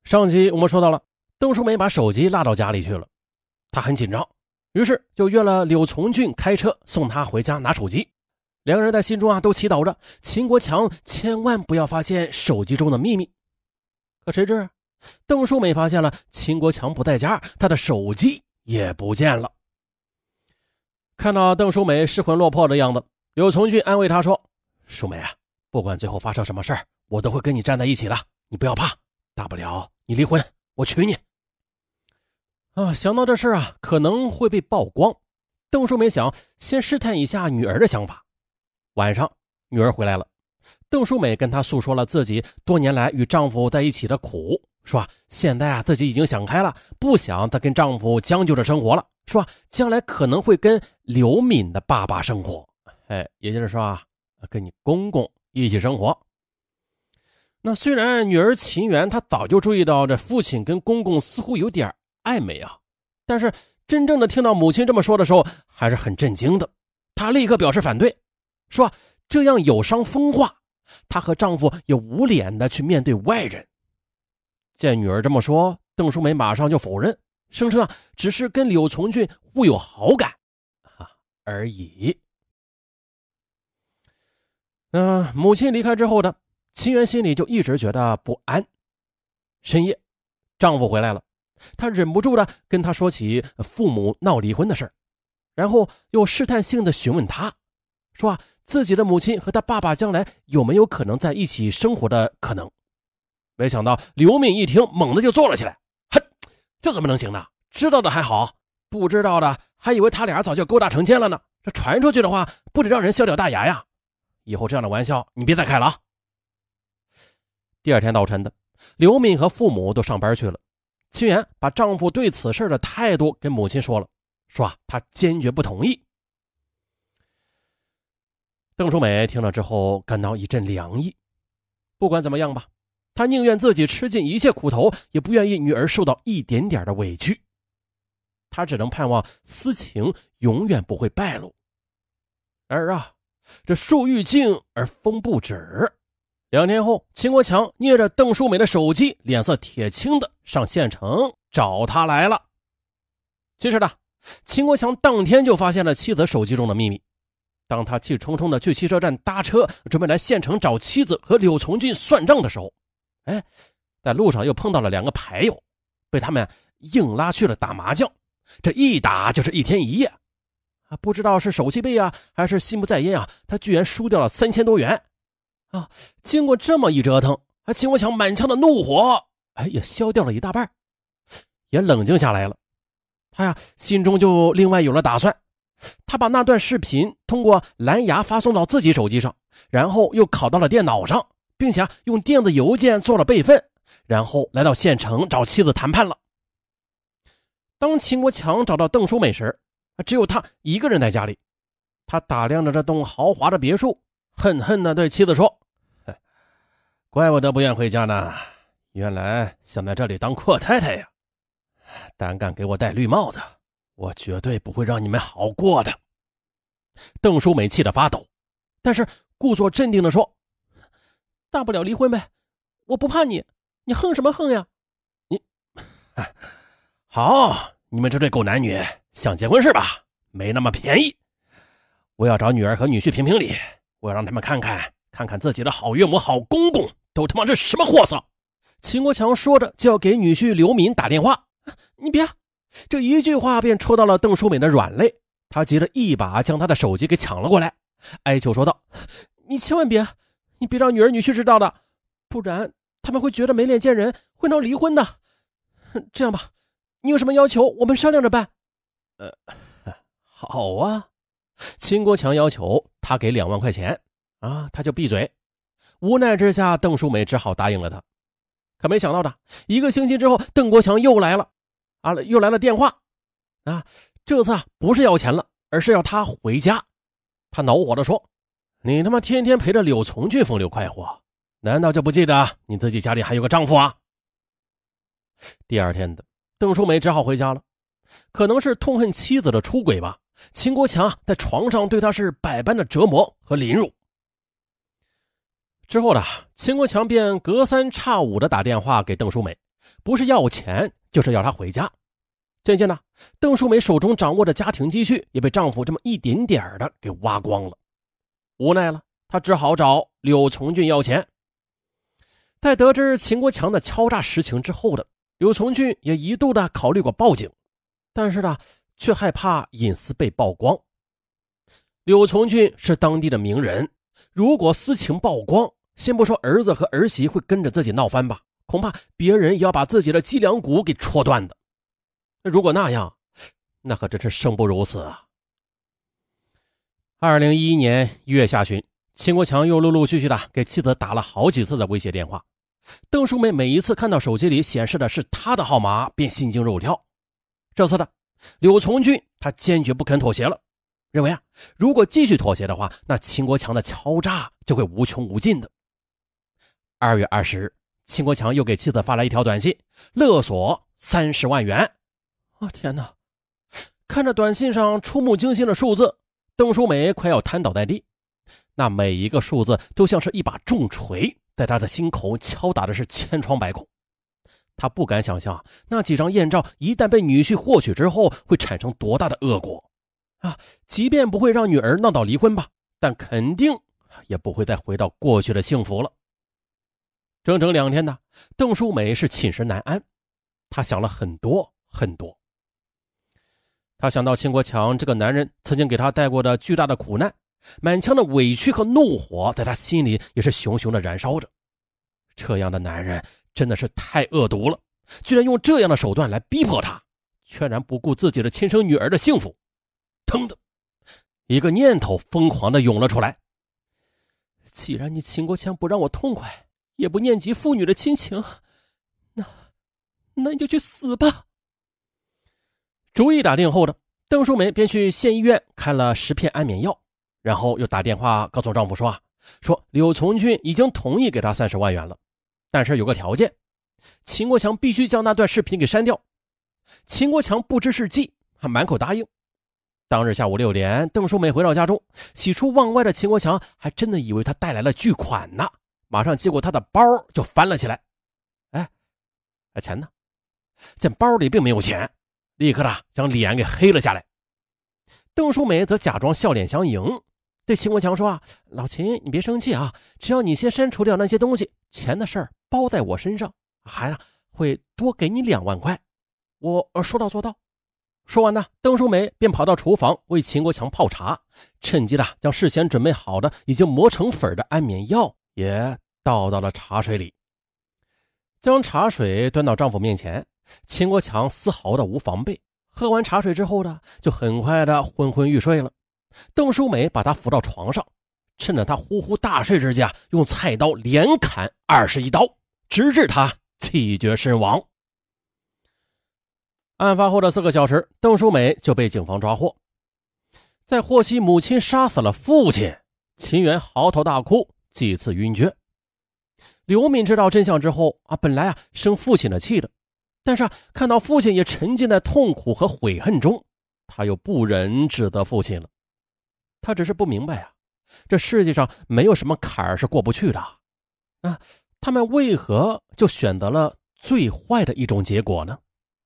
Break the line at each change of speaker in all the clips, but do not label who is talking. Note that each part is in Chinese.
上集我们说到了，邓淑梅把手机落到家里去了，她很紧张，于是就约了柳从俊开车送她回家拿手机。两个人在心中都祈祷着秦国强千万不要发现手机中的秘密。可谁知邓淑梅发现了秦国强不在家，她的手机也不见了。看到邓淑梅失魂落魄的样子，柳从俊安慰她说：淑梅啊，不管最后发生什么事儿，我都会跟你站在一起的，你不要怕，大不了你离婚，我娶你。想到这事儿可能会被曝光，邓淑梅想先试探一下女儿的想法。晚上女儿回来了，邓淑梅跟她诉说了自己多年来与丈夫在一起的苦，说现在自己已经想开了，不想再跟丈夫将就着生活了，说将来可能会跟刘敏的爸爸生活，也就是说跟你公公一起生活。那虽然女儿秦媛她早就注意到这父亲跟公公似乎有点暧昧但是真正的听到母亲这么说的时候还是很震惊的。她立刻表示反对，说这样有伤风化，她和丈夫也无脸的去面对外人。见女儿这么说，邓淑梅马上就否认，声称只是跟柳从俊互有好感而已。母亲离开之后呢，秦媛心里就一直觉得不安。深夜丈夫回来了，她忍不住的跟他说起父母闹离婚的事，然后又试探性的询问他，说自己的母亲和他爸爸将来有没有可能在一起生活的可能。没想到刘敏一听猛地就坐了起来，哼，这怎么能行呢？知道的还好，不知道的还以为他俩早就勾搭成奸了呢，这传出去的话不得让人笑掉大牙呀，以后这样的玩笑你别再开了第二天早晨的，刘敏和父母都上班去了，秦媛把丈夫对此事的态度跟母亲说了，说她坚决不同意。邓淑梅听了之后感到一阵凉意，不管怎么样吧，她宁愿自己吃尽一切苦头，也不愿意女儿受到一点点的委屈。她只能盼望私情永远不会败露。然而这树欲静而风不止。2天后，秦国强捏着邓淑梅的手机，脸色铁青的上县城找她来了。其实秦国强当天就发现了妻子手机中的秘密。当他气冲冲的去汽车站搭车，准备来县城找妻子和柳从俊算账的时候，在路上又碰到了2个牌友，被他们硬拉去了打麻将，这一打就是1天1夜不知道是手气背还是心不在焉他居然输掉了3000多元经过这么一折腾，秦国强满腔的怒火也消掉了一大半，也冷静下来了。他心中就另外有了打算，他把那段视频通过蓝牙发送到自己手机上，然后又拷到了电脑上，并且用电子邮件做了备份，然后来到县城找妻子谈判了。当秦国强找到邓淑梅时，只有他一个人在家里。他打量着这栋豪华的别墅，恨恨地对妻子说：怪不得不愿回家呢，原来想在这里当阔太太呀！胆敢给我戴绿帽子，我绝对不会让你们好过的。邓淑梅气得发抖，但是故作镇定地说：大不了离婚呗，我不怕你，你横什么横呀？好，你们这对狗男女想结婚是吧？没那么便宜。我要找女儿和女婿评评理，我要让他们看看自己的好岳母好公公都他妈是什么货色。秦国强说着就要给女婿刘敏打电话。你别，这一句话便戳到了邓淑梅的软肋，她急得一把将她的手机给抢了过来，哀求说道：你千万别，你别让女儿女婿知道的，不然他们会觉得没脸见人，会闹离婚的。这样吧，你有什么要求我们商量着办。好啊。秦国强要求他给2万块钱他就闭嘴。无奈之下，邓淑梅只好答应了他。可没想到1个星期之后，邓国强又来了电话这次不是要钱了，而是要他回家。他恼火地说：你他妈天天陪着柳从俊风流快活，难道就不记得你自己家里还有个丈夫第二天的，邓淑梅只好回家了。可能是痛恨妻子的出轨吧，秦国强在床上对他是百般的折磨和凌辱。之后秦国强便隔三差五的打电话给邓淑梅， 不是要钱就是要她回家。渐渐的，邓淑梅手中掌握的家庭积蓄也被丈夫这么一点点的给挖光了。无奈了，她只好找柳从俊要钱。在得知秦国强的敲诈实情之后的柳从俊也一度的考虑过报警，但是呢，却害怕隐私被曝光。柳从俊是当地的名人，如果私情曝光，先不说儿子和儿媳会跟着自己闹翻吧，恐怕别人也要把自己的脊梁骨给戳断的。如果那样，那可真是生不如死啊。2011年1月下旬，秦国强又陆陆续续的给妻子打了好几次的威胁电话。邓淑梅每一次看到手机里显示的是他的号码，便心惊肉跳。这次的柳从俊他坚决不肯妥协了，认为如果继续妥协的话，那秦国强的敲诈就会无穷无尽的。2月20日，秦国强又给妻子发了一条短信，勒索30万元。天哪！看着短信上触目惊心的数字，邓淑梅快要瘫倒在地。那每一个数字都像是一把重锤，在她的心口敲打的是千疮百孔。她不敢想象那几张艳照一旦被女婿获取之后会产生多大的恶果即便不会让女儿闹到离婚吧，但肯定也不会再回到过去的幸福了。整整2天呢，邓淑梅是寝食难安，她想了很多很多。她想到秦国强这个男人曾经给她带过的巨大的苦难，满腔的委屈和怒火在她心里也是熊熊的燃烧着。这样的男人真的是太恶毒了，居然用这样的手段来逼迫她，全然不顾自己的亲生女儿的幸福。腾的一个念头疯狂的涌了出来，既然你秦国强不让我痛快，也不念及父女的亲情，那你就去死吧。主意打定后的邓淑梅便去县医院开了10片安眠药，然后又打电话告诉丈夫说柳从俊已经同意给她30万元了，但是有个条件，秦国强必须将那段视频给删掉。秦国强不知是计，还满口答应。当日下午6点，邓淑梅回到家中，喜出望外的秦国强还真的以为他带来了巨款呢，马上接过他的包就翻了起来。钱呢？见包里并没有钱，立刻将脸给黑了下来。邓淑梅则假装笑脸相迎，对秦国强说老秦你别生气只要你先删除掉那些东西，钱的事儿包在我身上，还会多给你2万块，我说到做到。说完邓淑梅便跑到厨房为秦国强泡茶，趁机将事先准备好的已经磨成粉的安眠药也倒到了茶水里。将茶水端到丈夫面前，秦国强丝毫的无防备，喝完茶水之后就很快的昏昏欲睡了。邓淑梅把他扶到床上，趁着他呼呼大睡之际用菜刀连砍21刀，直至他气绝身亡。案发后的4个小时，邓淑梅就被警方抓获。在获悉母亲杀死了父亲，秦元嚎啕大哭，几次晕厥。刘敏知道真相之后本来生父亲的气的，但是看到父亲也沉浸在痛苦和悔恨中，他又不忍指责父亲了。他只是不明白这世界上没有什么坎儿是过不去的他们为何就选择了最坏的一种结果呢？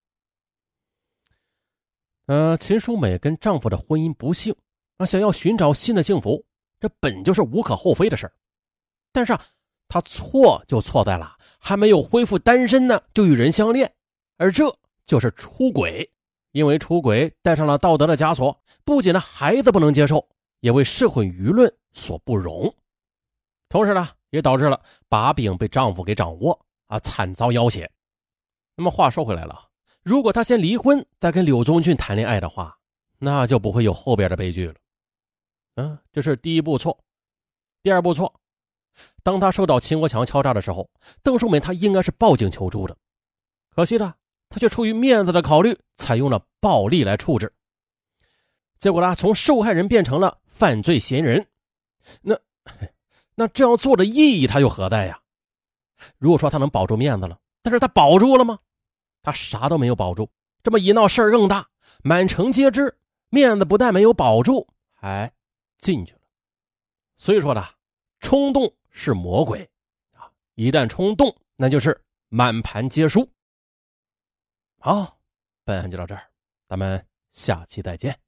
秦淑美跟丈夫的婚姻不幸想要寻找新的幸福，这本就是无可厚非的事儿。但是她错就错在了还没有恢复单身呢就与人相恋，而这就是出轨。因为出轨带上了道德的枷锁，不仅孩子不能接受，也为社会舆论所不容。同时也导致了把柄被丈夫给掌握惨遭要挟。那么话说回来了，如果她先离婚再跟柳宗俊谈恋爱的话，那就不会有后边的悲剧了。这是第一步错。第二步错，当她受到秦国强敲诈的时候，邓淑梅她应该是报警求助的，可惜她却出于面子的考虑，采用了暴力来处置。结果从受害人变成了犯罪嫌疑人。那这样做的意义她又何在呀？如果说她能保住面子了，但是她保住了吗？她啥都没有保住，这么一闹事儿更大，满城皆知，面子不但没有保住，还进去了。所以说冲动是魔鬼一旦冲动，那就是满盘皆输。 好，本案就到这儿，咱们下期再见。